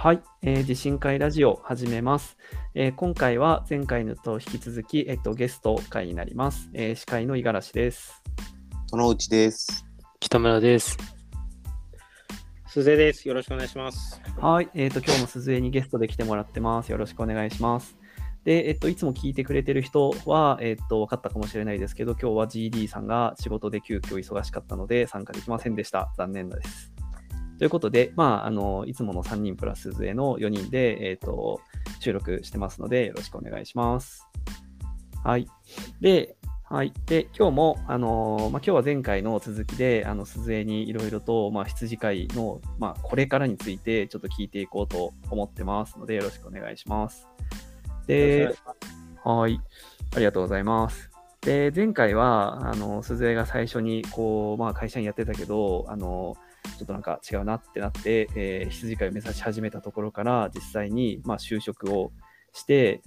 はい、自信会ラジオ始めます。今回は前回のと引き続き、ゲスト会になります。司会の五十嵐です。 そのうちです。 北村です。 鈴江です。よろしくお願いします。 はい、今日も鈴江にゲストで来てもらってます。よろしくお願いします。で、いつも聞いてくれてる人は、分かったかもしれないですけど、今日は GD さんが仕事で急遽忙しかったので参加できませんでした。残念です。ということで、いつもの3人プラス鈴江の4人で、収録してますので、よろしくお願いします。はい。で、今日も、今日は前回の続きで、鈴江にいろいろと、羊飼いの、これからについてちょっと聞いていこうと思ってますので、よろしくお願いします。で、はい。ありがとうございます。で、前回は、鈴江が最初に、会社員やってたけど、ちょっとなんか違うなってなって、羊飼いを目指し始めたところから実際に就職をして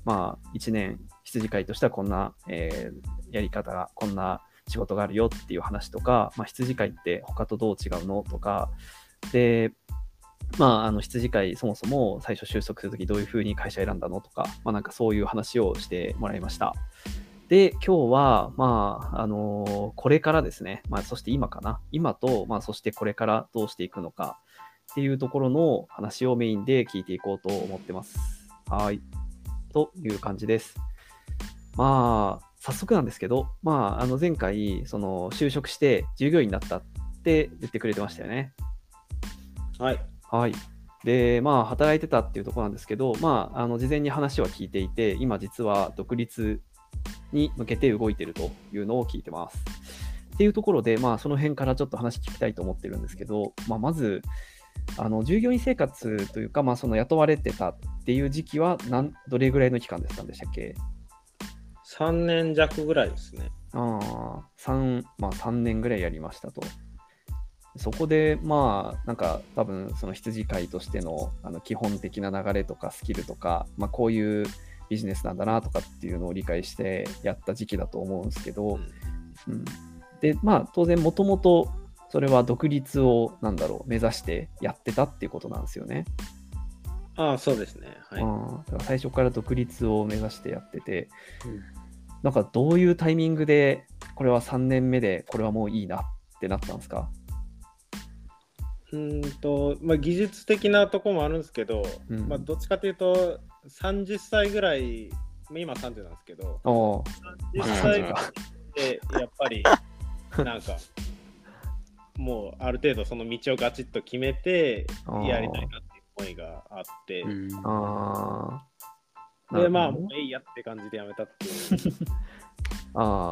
、1年羊飼いとしてはこんな、やり方が、こんな仕事があるよっていう話とか、羊飼いって他とどう違うのとか、で、羊飼いそもそも最初就職するときどういうふうに会社選んだのとか、なんかそういう話をしてもらいました。で、今日は、これからですね、そして今かな、今と、そしてこれからどうしていくのかっていうところの話をメインで聞いていこうと思ってます。はい。という感じです。早速なんですけど、前回、就職して従業員になったって言ってくれてましたよね。 はい。 はい。で、働いてたっていうところなんですけど、事前に話は聞いていて、今実は独立に向けて動いているというのを聞いてます。っていうところで、その辺からちょっと話聞きたいと思ってるんですけど、まず、従業員生活というか、その雇われてたっていう時期はどれぐらいの期間でしたんでしたっけ ？3年弱ぐらいですね。 3年ぐらいやりましたと。そこで、なんか多分その羊飼いとしての、基本的な流れとかスキルとか、こういうビジネスなんだなとかっていうのを理解してやった時期だと思うんですけど、で、当然もともとそれは独立を目指してやってたっていうことなんですよね。 そうですね。はい。 だから最初から独立を目指してやってて、なんかどういうタイミングでこれは3年目でこれはもういいなってなったんですか？ 技術的なところもあるんですけど、どっちかというと30歳ぐらい、今30なんですけど、30歳ぐらいでやっぱりなんかもうある程度その道をガチッと決めてやりたいなっていう思いがあって、でもうえいやって感じでやめたっていう。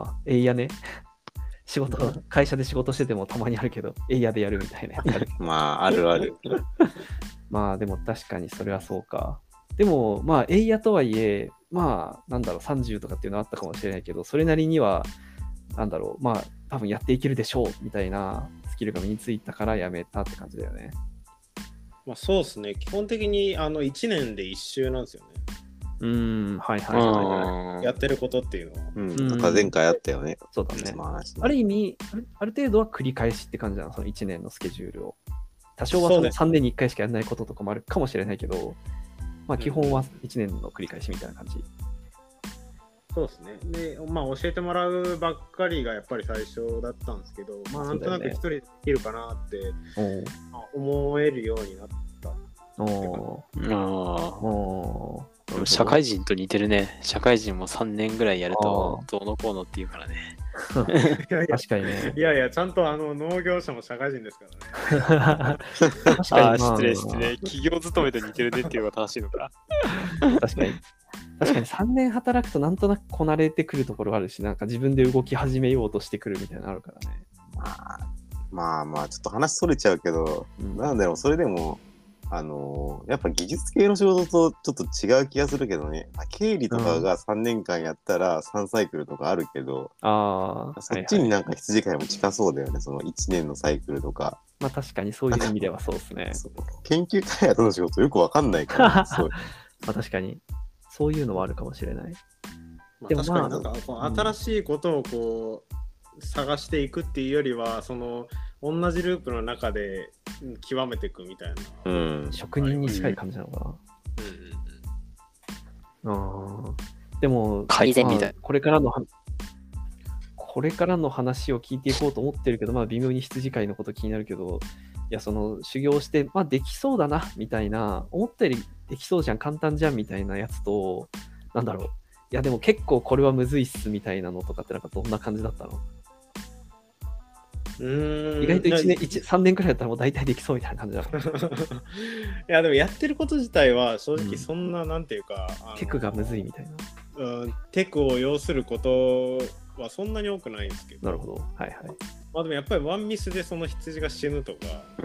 えいやね。会社で仕事しててもたまにあるけど、エイヤでやるみたいなやつある。 あるある。 でも確かにそれはそうか。でも、エイヤとはいえ、30とかっていうのはあったかもしれないけど、それなりには、多分やっていけるでしょうみたいなスキルが身についたからやめたって感じだよね。 そうですね。基本的に1年で1周なんですよね。やってることっていうのは。 なんか前回あったよね。 そうだね。ある意味、ある程度は繰り返しって感じなの、その1年のスケジュールを。多少はその3年に1回しかやらないこととかもあるかもしれないけど、基本は1年の繰り返しみたいな感じ。 そうですね。で、教えてもらうばっかりがやっぱり最初だったんですけど、なんとなく一人でできるかなって思えるようになった。 社会人と似てるね。社会人も3年ぐらいやるとどうのこうのっていうからね。 確かにね。 いや、ちゃんと農業者も社会人ですからね。 確かに失礼。企業勤めと似てるねっていうのが正しいのか。 確かに3年働くとなんとなくこなれてくるところがあるし、なんか自分で動き始めようとしてくるみたいなのあるからね。 ちょっと話それちゃうけど、なんだろう、それでもやっぱ技術系の仕事とちょっと違う気がするけどね。経理とかが3年間やったら3サイクルとかあるけど、そっちになんか羊飼いも近そうだよね、その1年のサイクルとか。 確かにそういう意味ではそうですね。 研究開発の仕事よくわかんないから、 確かにそういうのはあるかもしれない。 でも確かになんか新しいことを探していくっていうよりは、その同じループの中で極めていくみたいな、 職人に近い感じなのかな。でも改善みたいな、 これからの話を聞いていこうと思ってるけど、微妙に羊飼いのこと気になるけど、いや、その修行して、できそうだなみたいな、思ったよりできそうじゃん、簡単じゃんみたいなやつと、なんだろう、いやでも結構これはむずいっすみたいなのとかってどんな感じだったの？意外と3年くらいだったらもう大体できそうみたいな感じだろ。 いやでもやってること自体は正直そんな、なんていうかテクがむずいみたいな、テクを要することはそんなに多くないんですけど。 なるほど。はいはい。 でもやっぱりワンミスでその羊が死ぬとか。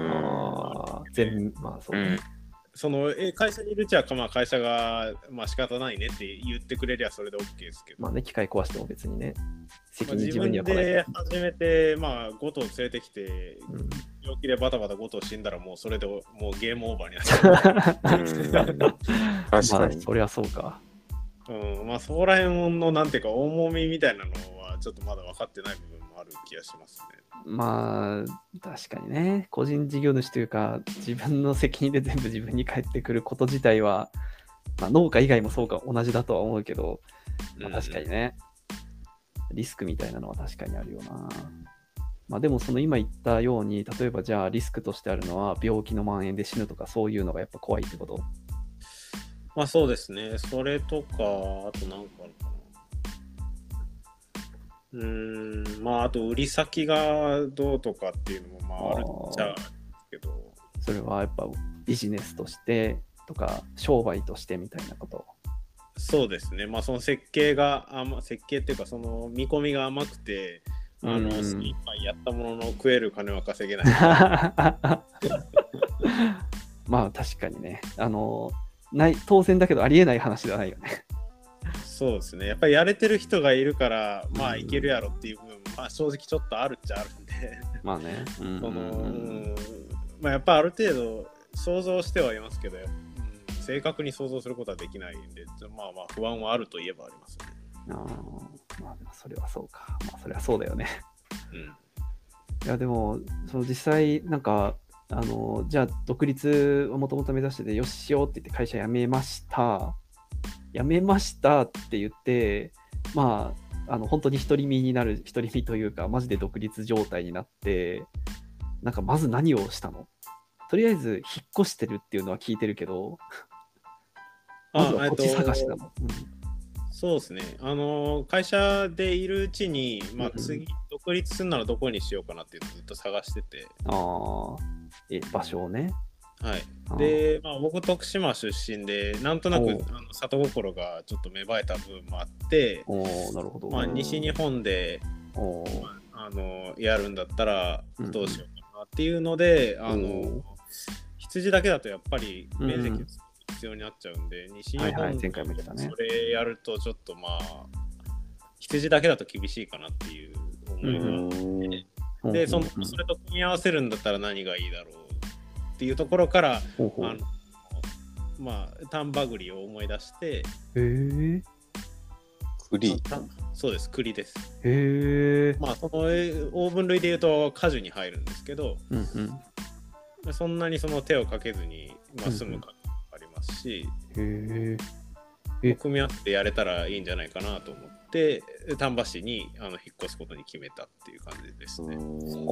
そうね。 その会社にいるうちは、会社が仕方ないねって言ってくれりゃそれで OK ですけど。 機械壊しても別にね、責任自分で始めて、5頭連れてきて、病気でバタバタ5頭死んだらもうそれでもうゲームオーバーになっちゃう。 確かに。 そりゃそうか。 そこら辺のなんていうか重みみたいなのはちょっとまだ分かってない部分もある気がしますね。 確かにね、個人事業主というか自分の責任で全部自分に返ってくること自体は、農家以外もそうか同じだとは思うけど、確かにね、リスクみたいなのは確かにあるよな。でもその今言ったように、例えばじゃあリスクとしてあるのは病気の蔓延で死ぬとか、そういうのがやっぱ怖いってこと？ そうですね。それとか、あとなんかあるかな。あと売り先がどうとかっていうのもあるっちゃうんですけど。 それはやっぱビジネスとしてとか商売としてみたいなこと？ そうですね。その設計っていうかその見込みが甘くて、精一杯やったものの食える金は稼げない。 確かにね。当然だけどありえない話ではないよね。 そうですね。やっぱりやれてる人がいるからいけるやろっていう部分、正直ちょっとあるっちゃあるんで、やっぱある程度想像してはいますけど、正確に想像することはできないんで、不安はあるといえばありますね。 それはそうか。それはそうだよね。いやでも実際なんかじゃあ独立をもともと目指しててよししようって言って会社辞めましたって言って本当に独り身というかマジで独立状態になって、まず何をしたの？とりあえず引っ越してるっていうのは聞いてるけど、まずは土地探しなの？ そうですね。会社でいるうちに、次独立するならどこにしようかなっていうのをずっと探してて。 場所をね。 はい。で、僕徳島出身で、なんとなく里心がちょっと芽生えた部分もあって、 なるほど。 西日本でやるんだったらどうしようかなっていうので、羊だけだとやっぱり面積必要になっちゃうんで、西日本でそれやるとちょっと羊だけだと厳しいかなっていう思いがあって、でそれと組み合わせるんだったら何がいいだろうっていうところから丹波栗を思い出して、 栗？ そうです、栗です。その大分類でいうと果樹に入るんですけど、そんなにその手をかけずに済む感じもありますし、組み合わせてやれたらいいんじゃないかなと思って丹波市に引っ越すことに決めたっていう感じですね。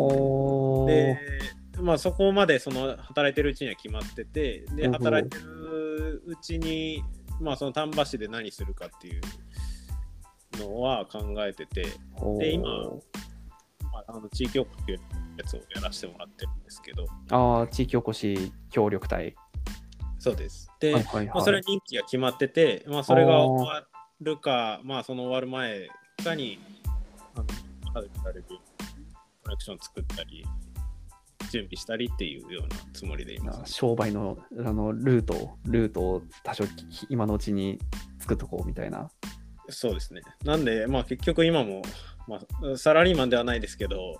でそこまでその働いてるうちには決まってて、で働いてるうちにその丹波市で何するかっていうのは考えてて、で今地域おこしっていうやつをやらせてもらってるんですけど。 地域おこし協力隊。 そうです。で、それは任期が決まってて、それが終わるか、その終わる前かにコネクション作ったり準備したりっていうようなつもりでいます。 商売のルートを多少今のうちに作っとこうみたいな。 そうですね。なんで結局今もサラリーマンではないですけど、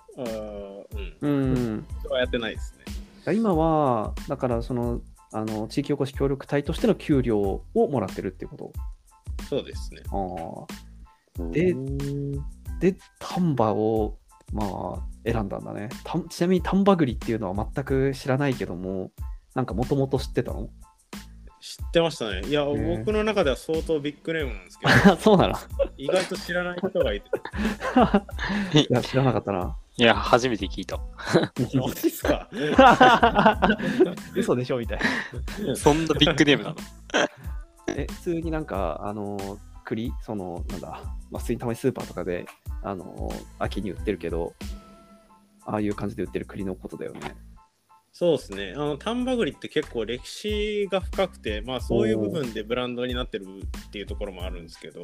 はやってないですね。今はだから地域おこし協力隊としての給料をもらってるっていうこと？ そうですね。 で丹波をまあ選んだんだね。ちなみに丹波栗っていうのは全く知らないけども、なんかもともと知ってたの？ 知ってましたね。いや、僕の中では相当ビッグネームなんですけど、 そうなの？ 意外と知らない人がいて。 いや、知らなかったな。 いや、初めて聞いた。 マジっすか？ 嘘でしょみたいな。そんなビッグネームなの？ 普通になんか、栗、なんだ、普通にたまにスーパーとかで、秋に売ってるけど、ああいう感じで売ってる栗のことだよね。 そうですね。丹波栗って結構歴史が深くて、まあそういう部分でブランドになってるっていうところもあるんですけど、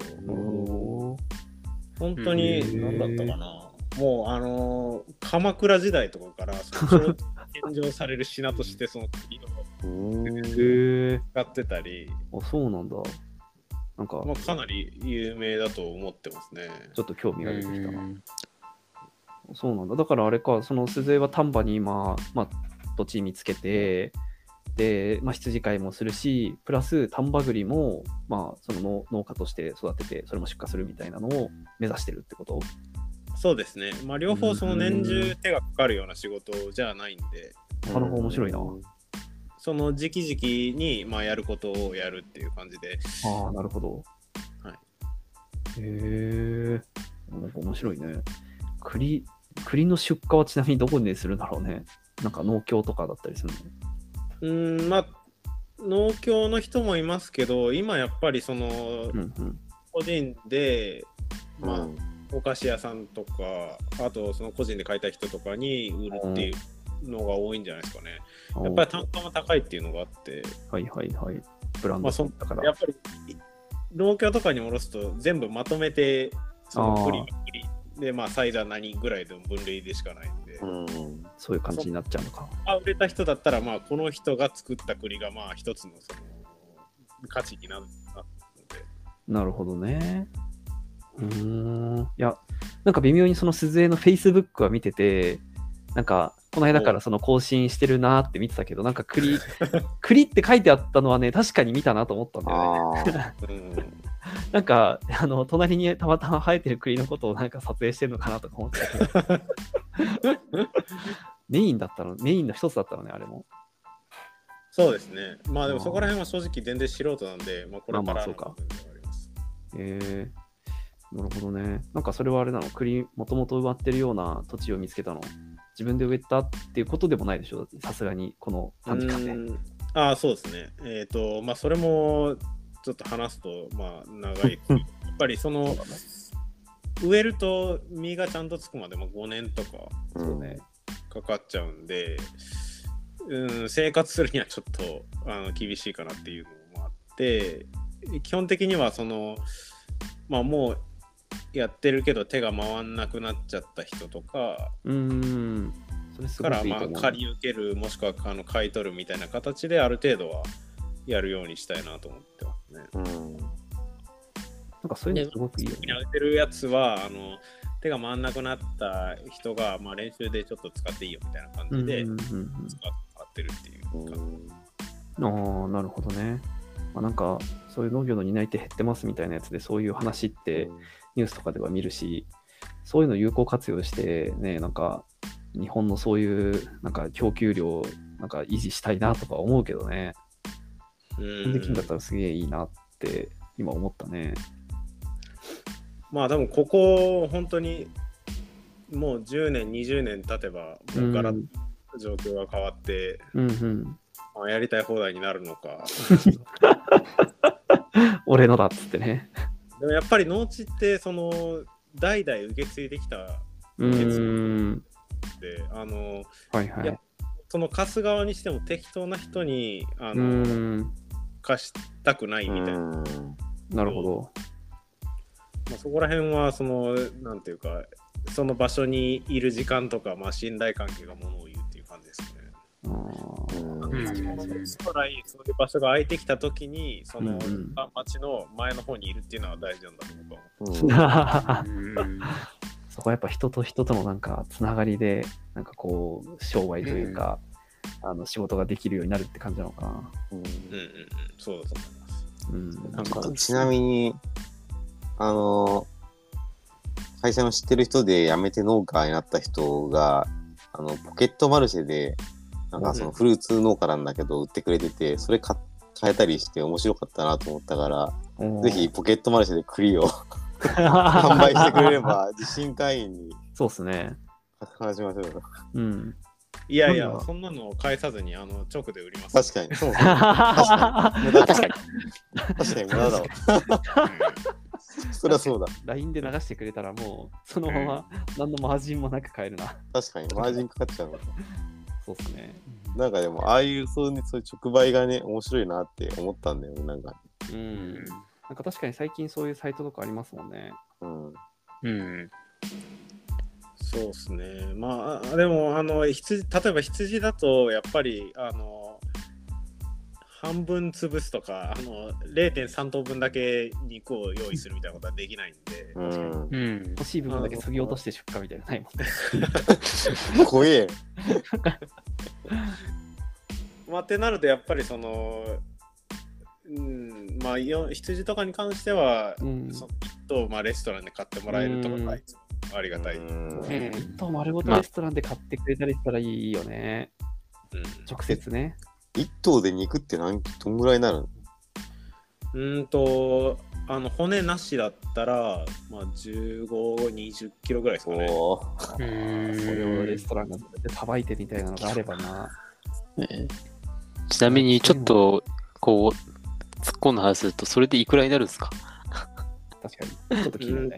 本当に何だったかな。もう鎌倉時代とかから献上される品としてその栗を使ってたり、 あ、そうなんだ。なんか、 かなり有名だと思ってますね。 ちょっと興味が出てきたな。そうなんだ。だからあれか、その鈴江は丹波に今、土地見つけて、で、羊飼いもするし、プラス丹波栗も、その農家として育てて、それも出荷するみたいなのを目指してるってこと？ そうですね。両方その年中手がかかるような仕事じゃないんで。 なるほど、面白いな。 その時期にやることをやるっていう感じで。 ああ、なるほど。 はい。 へえ、なんか面白いね。栗の出荷はちなみにどこでするんだろうね。なんか農協とかだったりするの？農協の人もいますけど、今やっぱりその、個人で、お菓子屋さんとか、あとその個人で買いたい人とかに売るっていうのが多いんじゃないですかね。やっぱり単価も高いっていうのがあって。 はいはいはい。ブランドだから。 やっぱり農協とかに卸すと全部まとめて、その栗で、サイズは何ぐらいでも分類でしかないんで。 そういう感じになっちゃうのか。 売れた人だったら、この人が作った栗が一つのその価値になるので。 なるほどね。いや、なんか微妙にその鈴江の Facebook は見てて、なんかこの間からその更新してるなって見てたけど、なんか栗って書いてあったのはね、確かに見たなと思ったんだよね。なんか隣にたまたま生えてる栗のことをなんか撮影してるのかなとか思ってたけどメインの一つだったのね、あれも。 そうですね。でもそこら辺は正直全然素人なんで、これからそうか。なるほどね。なんかそれはあれなの？栗もともと植わってるような土地を見つけたの？自分で植えたっていうことでもないでしょ？さすがにこの短時間で。 そうですね。それもちょっと話すと長い。やっぱりその植えると実がちゃんとつくまで5年とかかかっちゃうんで、生活するにはちょっと厳しいかなっていうのもあって、基本的にはそのもうやってるけど手が回んなくなっちゃった人とかそれすごくいいと思う。 借り受けるもしくは買い取るみたいな形である程度はやるようにしたいなと思ってますね。 なんかそういうのすごくいいよね。 やってるやつは手が回んなくなった人が練習でちょっと使っていいよみたいな感じで使ってるっていう感じ。 なるほどね。なんかそういう農業の担い手減ってますみたいなやつでそういう話ってニュースとかでは見るし、そういうの有効活用してね、なんか日本のそういうなんか供給量なんか維持したいなとか思うけどね。できるんだったらすげえいいなって今思ったね。 多分ここ本当にもう10年20年経てばもうガラッと状況が変わって、やりたい放題になるのか俺のだっつってね。 でもやっぱり農地ってその代々受け継いできたでその貸す側にしても適当な人に貸したくないみたいな。 なるほど。 そこら辺はそのなんていうかその場所にいる時間とか信頼関係がものを言うっていう感じですね。将来そういう場所が空いてきたときにその町の前の方にいるっていうのは大事なんだと僕は思う。 そこはやっぱ人と人とのなんかつながりでなんかこう商売というか、仕事ができるようになるって感じなのかな。 そうだと思います。 ちなみに会社の知ってる人で辞めて農家になった人が、ポケットマルシェで、なんかそのフルーツ農家なんだけど売ってくれてて、それ買えたりして面白かったなと思ったから、ぜひポケットマルシェで栗を販売してくれれば、自信会員にそうっすね。 話しましょうよ。 うん。 いやいや、そんなのを返さずに直で売ります。 確かに。そう確かに。無駄だわ。そりゃそうだ。 LINE で流してくれたらもう、そのまま何のマージンもなく買えるな。 確かに、マージンかかっちゃうの。 そうっすね。 なんかでも、ああいうそういう直売がね、面白いなって思ったんだよね、なんか。 なんか確かに最近そういうサイトとかありますもんね。 そうですね。まあ、でも、例えば羊だと、やっぱり、半分潰すとか、0.3 等分だけ肉を用意するみたいなことはできないんで、 欲しい部分だけ削ぎ落として出荷みたいなないもんね。怖え。 まあ、ってなると、やっぱりまあ、羊とかに関しては、1頭、レストランで買ってもらえるとかがありがたい。 1頭丸ごとレストランで買ってくれたりしたらいいよね。直接ね。 1頭で肉ってどんぐらいになるの？骨なしだったら、まあ、15、20キロぐらいですかね。 それをレストランでさばいてみたいなのがあればな。 ちなみにちょっとこう突っ込んだ話すると、それでいくらになるんですか？ 確かに。ちょっと気になるね。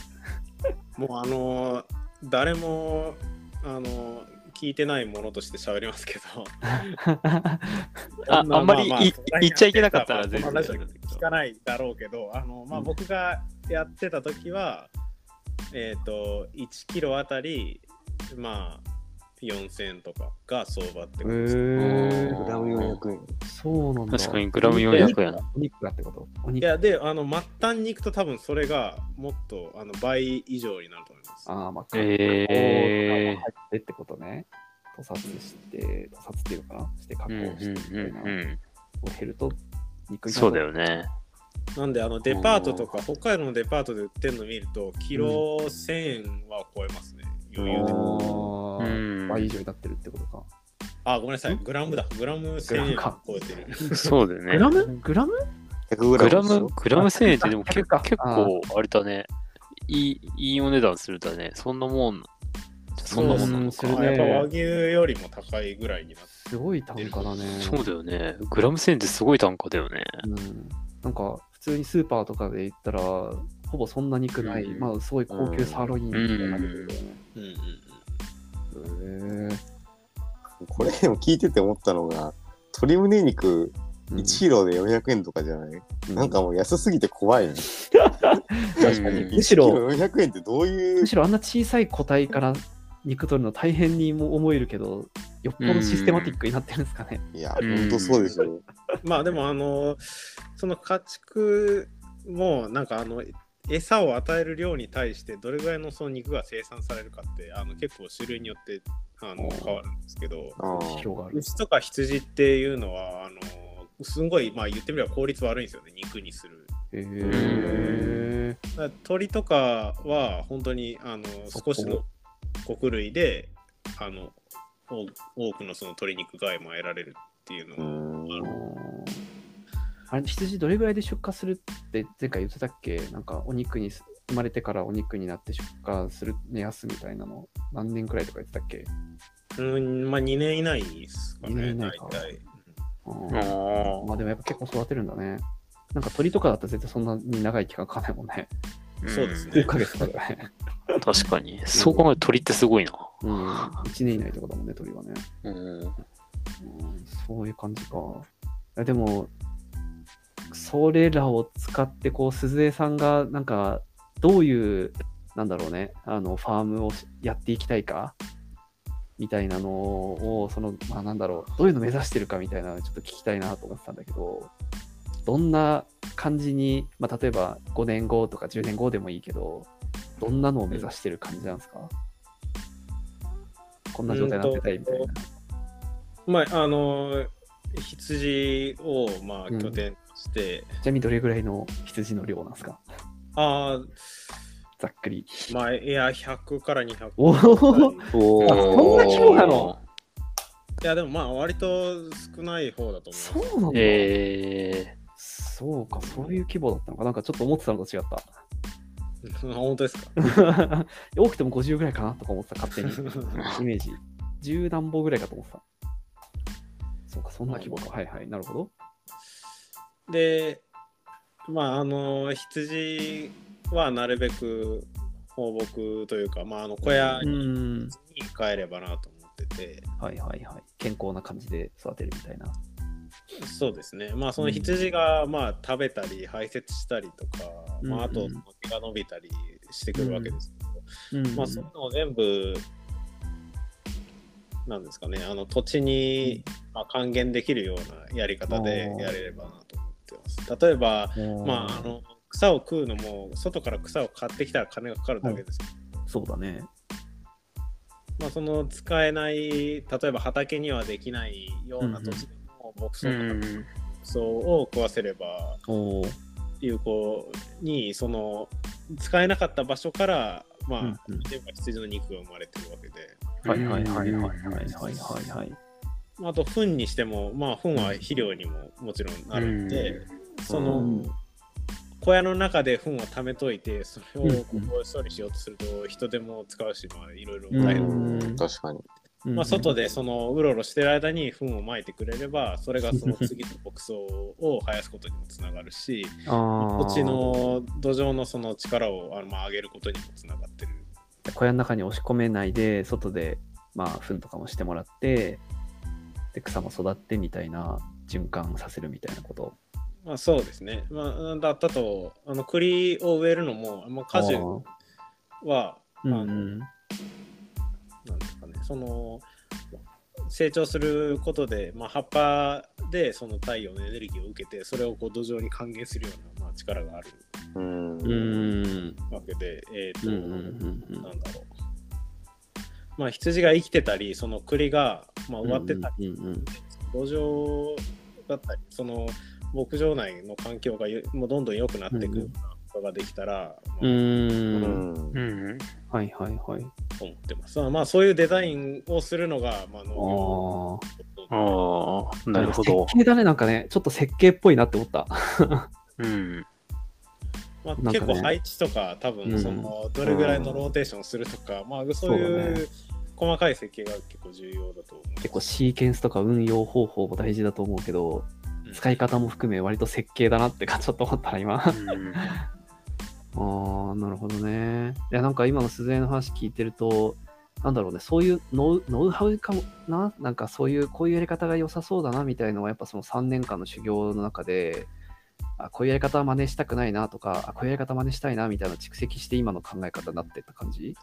もう誰も聞いてないものとして喋りますけどあんまり言っちゃいけなかったら全然聞かないだろうけど、僕がやってた時は1キロあたりまあ4000円とかが相場ってことです。 グラム400円。 そうなんだ。 確かにグラム400円。 お肉がってこと？ いや、で、末端に行くと多分それがもっと倍以上になると思います。 まあ、入ってってことね。屠殺っていうのかなして加工してみたいな。減ると肉にそうだよね。 なんでデパートとか北海道のデパートで売ってるの見るとキロ1000円は超えますね。余裕で。 倍以上になってるってことか。 ごめんなさい。グラムだ。グラム1000円超えてる。 そうだよね。 グラムグラム1000円ってでも結構あれだね。いいお値段するだね。そんなもんなのか。 やっぱ和牛よりも高いぐらいになってすごい単価だね。 そうだよね。グラム1000円ってすごい単価だよね。 なんか普通にスーパーとかで言ったらほぼそんな肉ない、まあすごい高級サーロインみたいなので、 これでも聞いてて思ったのが、鶏胸肉1キロで400円とかじゃない？なんかもう安すぎて怖いね。 確かに。むしろ 400円ってどういう？ むしろあんな小さい個体から肉取るの大変にも思えるけど、よっぽどシステマティックになってるんですかね。 いや、ほんとそうですよ。 まあでもその家畜もなんか餌を与える量に対してどれぐらいのその肉が生産されるかって結構種類によって変わるんですけど、牛とか羊っていうのはすごい、まあ言ってみれば効率悪いんですよね、肉にする。鳥とかは本当に少しの穀類で多くのその鶏肉害も得られるっていうのがあれ、羊どれぐらいで出荷するって前回言ってたっけ？なんかお肉に生まれてからお肉になって出荷する目安みたいなの何年くらいとか言ってたっけ？ まあ2年以内ですかね。2年以内か。 まあでもやっぱ結構育てるんだね。なんか鳥とかだったら絶対そんなに長い期間かかんないもんね。 そうですね。 数ヶ月とかだね。 確かに。そう考えると鳥ってすごいな。 1年以内とかだもんね、鳥はね。そういう感じか。でも、それらを使ってこう鈴江さんがなんかどういうなんだろうねファームをやっていきたいかみたいなのをまあなんだろうどういうの目指してるかみたいなのをちょっと聞きたいなと思ってたんだけど、どんな感じに、まあ、例えば5年後とか10年後でもいいけどどんなのを目指してる感じなんですか？こんな状態になってたいみたいな。 まあ羊をまあ拠点として、 ちなみにどれぐらいの羊の量なんですか？ ざっくり。 まあ、いや、100から200。 おお、そんな規模なの？ いや、でもまあ、割と少ない方だと思います。 そうなんだ。そうか、そういう規模だったのか。なんかちょっと思ってたのと違った。 本当ですか？ 多くても50ぐらいかなとか思ってた、勝手に。イメージ。10何本ぐらいかと思ってた。そうか、そんな規模か。はいはい、なるほど。 で、まあ、羊はなるべく放牧というか、まあ、小屋に帰ればなと思ってて。 はいはいはい。健康な感じで育てるみたいな。 そうですね。まあ、その羊が、まあ、食べたり排泄したりとか、まあ、あと毛が伸びたりしてくるわけですけど、まあ、そういうのを全部、なんですかね、土地に、まあ、還元できるようなやり方でやれればなと思ってます。例えば、まあ、草を食うのも外から草を買ってきたら金がかかるだけですけど、 そうだね。 まあ、その使えない、例えば畑にはできないような土地でも牧草を食わせれば有効に、その使えなかった場所から、まあ、例えば羊の肉が生まれてるわけで。 はいはいはいはいはいはいはい。 あと糞にしても、まあ糞は肥料にももちろんなるんで、その小屋の中で糞を溜めといて、それをここ処理しようとすると人手も使うし、まあいろいろ大変。 確かに。 まあ外でそのうろうろしてる間に糞をまいてくれれば、それがその次の牧草を生やすことにもつながるし、土地の土壌のその力をまあ上げることにもつながってる。 小屋の中に押し込めないで、外でまあ糞とかもしてもらって、で草も育ってみたいな、循環させるみたいなこと。 まあそうですね。まあだったと栗を植えるのも、果樹はなんですかね、その成長することで、まあ、葉っぱでその太陽のエネルギーを受けて、それをこう土壌に還元するような、まあ、力があるわけで、なんだろう。まあ羊が生きてたり、その栗が、まあ、終わってたり、土壌だったり、その牧場内の環境がもうどんどん良くなっていくことができたら、 はいはいはい。 思ってます。まあそういうデザインをするのが、まあ、農業。なるほど。 設計だね、なんかね、ちょっと設計っぽいなって思った。 まあ、結構配置とか、多分そのどれぐらいのローテーションするとか、まあそういう細かい設計が結構重要だと思う。 結構シーケンスとか運用方法も大事だと思うけど、使い方も含め割と設計だなってちょっと思ったな今。なるほどね。いやなんか今の鈴江の話聞いてると、なんだろうね、そういうノウハウかもな、なんかそういうこういうやり方が良さそうだなみたいなのはやっぱその3年間の修行の中で、こういうやり方は真似したくないなとか、こういうやり方真似したいなみたいな蓄積して今の考え方になってった感じ？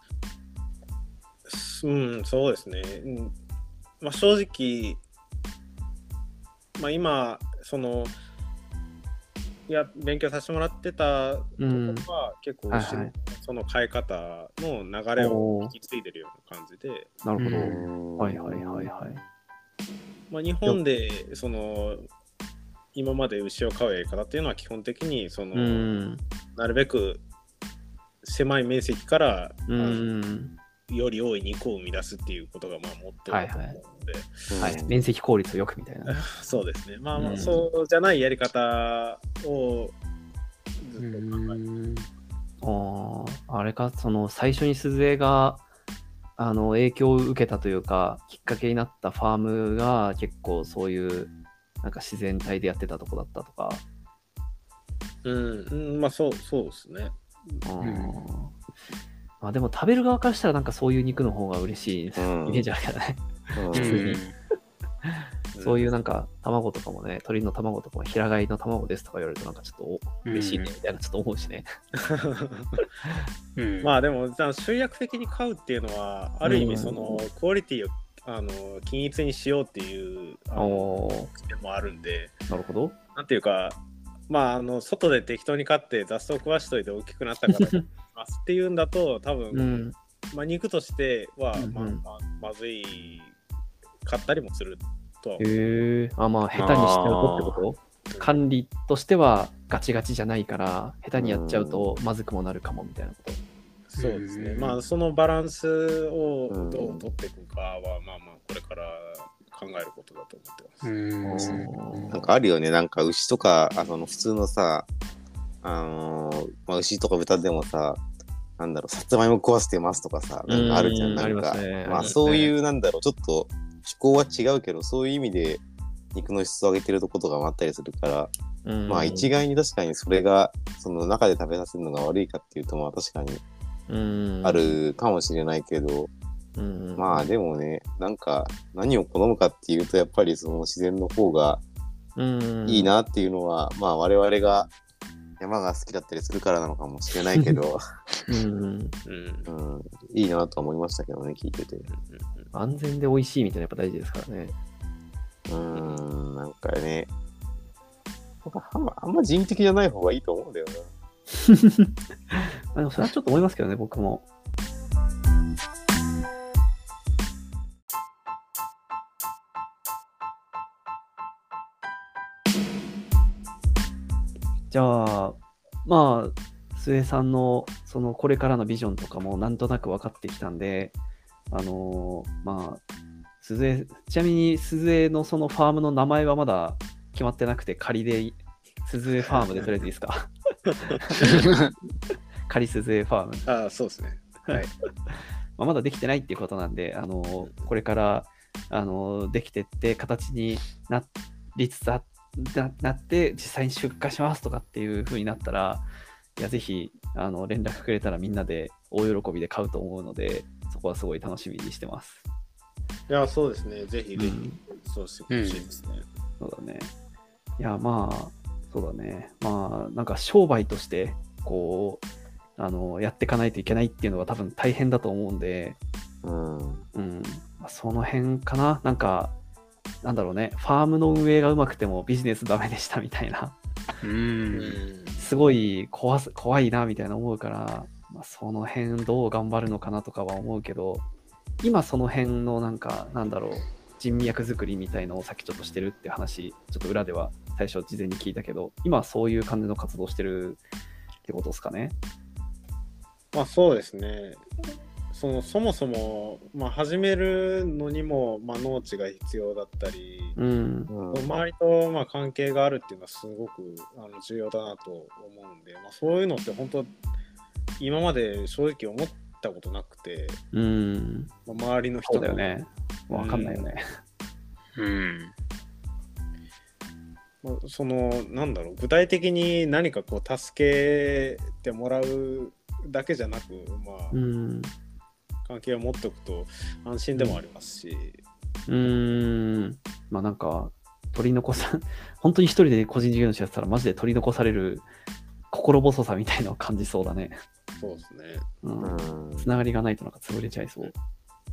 そうですね。まあ、正直、まあ、今その勉強させてもらってたところは結構その変え方の流れを引き継いでるような感じで。 なるほど。はいはいはいはい。 まあ、日本でその今まで牛を飼うやり方っていうのは基本的にそのなるべく狭い面積からより多い肉を生み出すっていうことがまあモットーだと思うので、 面積効率をよくみたいな。 そうですね。まあ、そうじゃないやり方をずっと考えて。 あれか、その最初に鈴江が影響を受けたというかきっかけになったファームが結構そういうなんか自然体でやってたとこだったとか。 まあそうですね。 まあでも食べる側からしたらなんかそういう肉の方が嬉しいイメージあるけどね。普通に。そういうなんか卵とかもね、鶏の卵とかも平飼いの卵ですとか言われるとなんかちょっと嬉しいねみたいなちょっと思うしね。 まあでも集約的に飼うっていうのはある意味そのクオリティを均一にしようっていうでもあるんで。 なるほど。 なんていうか、まあ外で適当に飼って雑草食わしといて大きくなったからますっていうんだと多分、まあ肉としてはまずい買ったりもするとは。 まあ下手にしちゃうとってこと？管理としてはガチガチじゃないから下手にやっちゃうとまずくもなるかもみたいなこそうですね。まあそのバランスをどう取っていくかは、まあまあこれから考えることだと思ってます。 なんかあるよね。なんか牛とか普通のさ、まあ、牛とか豚でもさ、なんだろう、さつまいも食わせてますとかさ、なんかあるじゃん。なんか、まあそういうなんだろう、ちょっと趣向は違うけど、そういう意味で肉の質を上げてるとことかもあったりするから、まあ一概に確かにそれがその中で食べさせるのが悪いかっていうと、まあ確かにあるかもしれないけど、まあでもね、なんか何を好むかっていうと、やっぱりその自然の方がいいなっていうのは、まあ我々が山が好きだったりするからなのかもしれないけど、いいなとは思いましたけどね、聞いてて。 安全で美味しいみたいなやっぱ大事ですからね。 なんかね、あんま人的じゃない方がいいと思うんだよな。でもそれはちょっと思いますけどね、僕も。じゃあ、まあ、末さんのそのこれからのビジョンとかもなんとなく分かってきたんで、まあ、ちなみに鈴江のそのファームの名前はまだ決まってなくて、仮で鈴江ファームでとりあえずいいですか？仮鈴江ファーム。 ああ、そうですね。はい。 まだできてないっていうことなんで、これからできてって形になりつつなって実際に出荷しますとかっていう風になったら、いやぜひ連絡くれたらみんなで大喜びで買うと思うので、そこはすごい楽しみにしてます。 いや、そうですね。ぜひぜひ、そうしてほしいですね。 そうだね。いや、まあ、そうだね。まあ、なんか商売としてこうやっていかないといけないっていうのは多分大変だと思うんで、その辺かな。なんだろうね、ファームの運営がうまくてもビジネスダメでしたみたいな、すごい怖いなみたいな思うから、その辺どう頑張るのかなとかは思うけど、今その辺のなんだろう、人脈作りみたいのをさっきちょっとしてるって話、ちょっと裏では最初事前に聞いたけど、今はそういう感じの活動してるってことですかね。 まあそうですね。そもそも、始めるのにも、農地が必要だったり、周りと関係があるっていうのはすごく重要だなと思うんで、そういうのって本当今まで正直思ったことなくて、周りの人だよね、分かんないよね。 なんだろう、具体的に何かこう助けてもらうだけじゃなく、関係を持っておくと安心でもありますし、 なんか取り残さ本当に一人で個人事業主やってたらマジで取り残される心細さみたいなのを感じそうだね。 そうですね。 つながりがないとなんか潰れちゃいそう。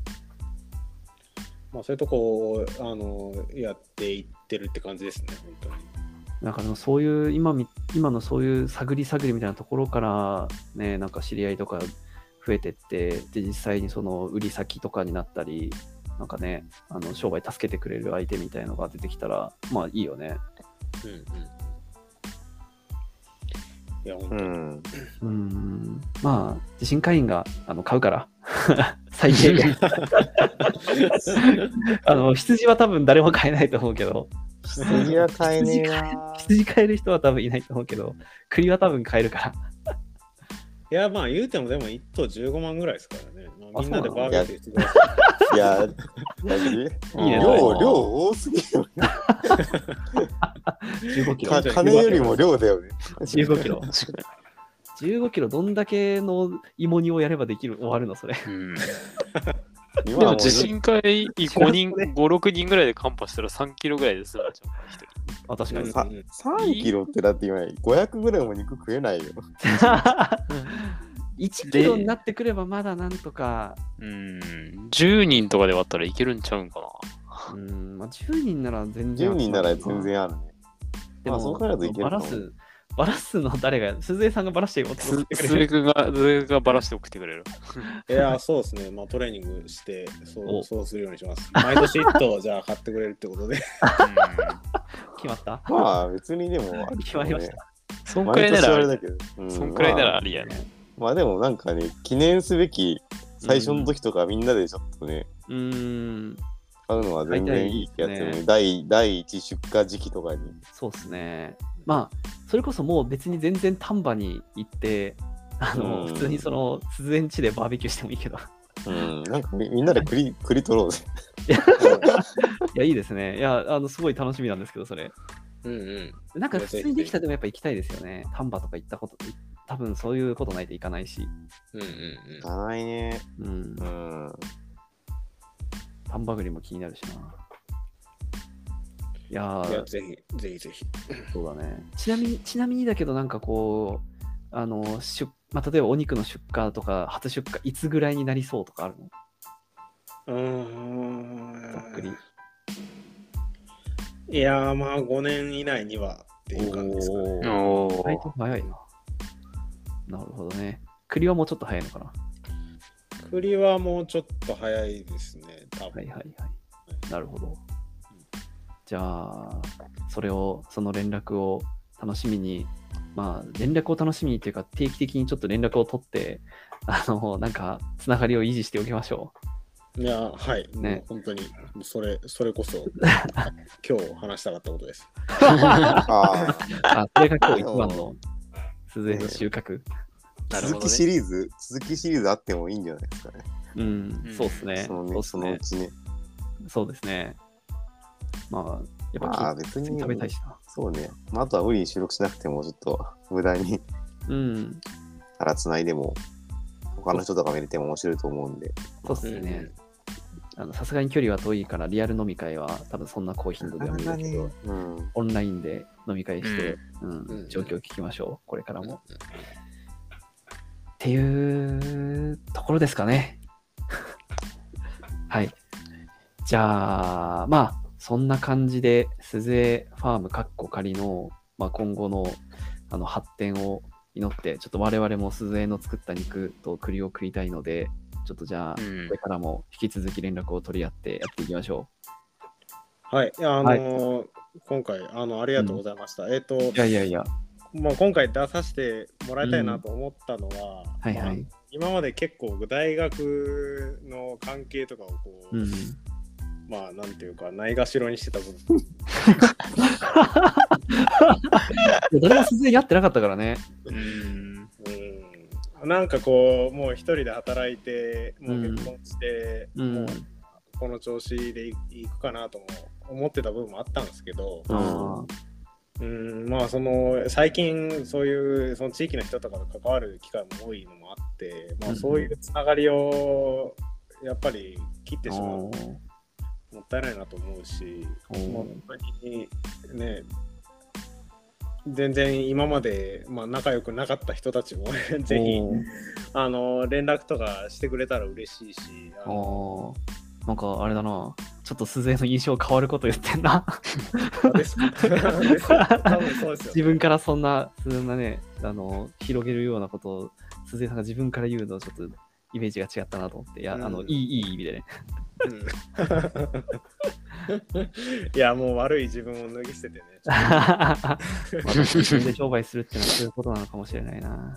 そういうとこをやっていってるって感じですね、本当に。 なんかでもそういう今のそういう探りみたいなところからね、なんか知り合いとか増えてって、で実際にその売り先とかになったり、なんかね、商売助けてくれる相手みたいのが出てきたらいいよね。 いや本当に。 地震会員が買うから最低限羊は多分誰も買えないと思うけど、 羊は買えねえな。 羊買える人は多分いないと思うけど、栗は多分買えるから。 いや、言うてもでも1頭15万ぐらいですからね。みんなでバーベキューしてください。いや、いいね。量多すぎるよね。 15キロ。 金よりも量だよね。 15キロ。15キロどんだけの芋煮をやれば終わるのそれ。 でも地震会5、6人ぐらいでカンパしたら3キロぐらいで済むじゃん、1人。 確かに。 3キロってだって今500ぐらいも肉食えないよ。 1キロになってくればまだなんとか。 10人とかで割ったらいけるんちゃうんかな。 10人なら全然。 10人なら全然あるね。 でも、 そうからといけるバラすの誰が、鈴江さんがバラして送ってくれる。 鈴江がバラして送ってくれる。 いや、そうですね。トレーニングして、そうするようにします。毎年1頭じゃあ買ってくれるってことで。 決まった？ 別にでも、 決まりました。 そんくらいならありやね。 まあでもなんかね、記念すべき最初の時とかみんなでちょっとね、買うのは全然いいってやつよね。第一出荷時期とかに。 そうですね。まあ、それこそもう別に全然丹波に行って、普通にその鈴江ん家でバーベキューしてもいいけど。 なんかみんなで栗取ろうぜ。 いや、いいですね。いや、すごい楽しみなんですけど、それ。なんか普通にできたらでもやっぱ行きたいですよね。丹波とか行ったこと、多分そういうことないと行かないし。 行かないね。 丹波栗も気になるしな。いやぜひ。 そうだね。ちなみにだけど、なんかこう、例えばお肉の出荷とか、初出荷、いつぐらいになりそうとかあるの？ざっくり。 いやー、まあ5年以内にはっていう感じですかね。 意外と早いな。なるほどね。栗はもうちょっと早いのかな？ 栗はもうちょっと早いですね、多分。はい。 なるほど。じゃあ、その連絡を楽しみに、連絡を楽しみにっていうか、定期的にちょっと連絡を取って、なんか、つながりを維持しておきましょう。いや、はい。ね、本当に、それこそ、今日話したかったことです。 それが今日一番の鈴江の収穫。 続きシリーズあってもいいんじゃないですかね。 そうですね。 そのうちね。 そうですね。やっぱ別に食べたいしな。 そうね。あとは無理に収録しなくても、ちょっと無駄に腹つないでも、他の人とか見れても面白いと思うんで。 そうですね。さすがに距離は遠いから、リアル飲み会は多分そんな高頻度では見るけど、オンラインで飲み会して、状況を聞きましょう。これからも。っていうところですかね。はい。じゃあ、そんな感じで、鈴江ファーム仮の、今後の発展を祈って、ちょっと我々も鈴江の作った肉と栗を食いたいので、ちょっとじゃあ、これからも引き続き連絡を取り合ってやっていきましょう。はい。今回、ありがとうございました。いや。 今回出させてもらいたいなと思ったのは、今まで結構大学の関係とかをなんていうかないがしろにしてた部分誰も鈴江やってなかったからね。 なんかこうもう一人で働いてもう結婚して、もうこの調子でいくかなとも思ってた部分もあったんですけど、その最近そういうその地域の人とかと関わる機会も多いのもあって、そういうつながりをやっぱり切ってしまうのもったいないなと思うし、本当にね、全然今まで、仲良くなかった人たちもぜひ連絡とかしてくれたら嬉しいし、 なんかあれだな、ちょっと鈴江の印象変わること言ってんな。自分からそんなね、広げるようなことを鈴江さんが自分から言うのちょっとイメージが違ったなと思って、いや、いい意味でね。 いや、もう悪い自分を脱ぎ捨ててね。 自分で商売するってのはそういうことなのかもしれないな。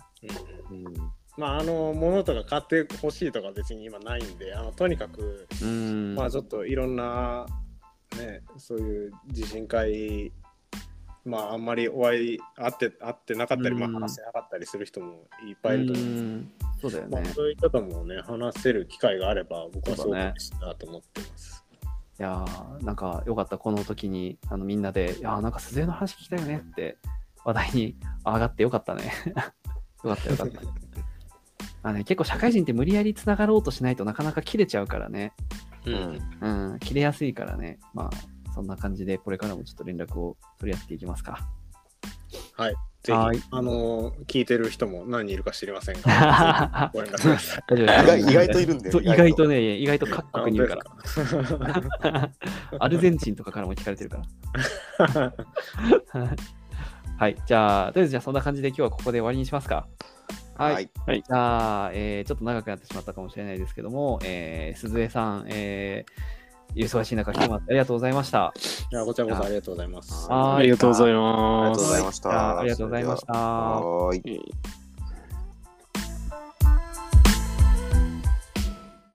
物とか買ってほしいとか別に今ないんで、とにかく、ちょっといろんな、ね、そういう地震会、あんまり会ってなかったり、話せなかったりする人もいっぱいいると思うんですけど、 そうだよね。 そういう方もね、話せる機会があれば、僕はそう嬉しいなと思ってます。 いやー、なんかよかった、この時にみんなで、なんか鈴江の話聞きたいよねって話題に上がってよかったね。よかった。結構社会人って無理やりつながろうとしないとなかなか切れちゃうからね。切れやすいからね。そんな感じでこれからもちょっと連絡を取り合っていきますか。 はい。ぜひ、聞いてる人も何人いるか知りませんが、ご連絡ください。意外といるんで。 意外と各国にいるから。アルゼンチンとかからも聞かれてるから。はい。じゃあ、とりあえずじゃあそんな感じで今日はここで終わりにしますか。はい。じゃあ、ちょっと長くなってしまったかもしれないですけども、鈴江さん、忙しい中来てもらってありがとうございました。 いや、こちらこそありがとうございます。 ありがとうございます。 ありがとうございました。 ありがとうございました。 はい。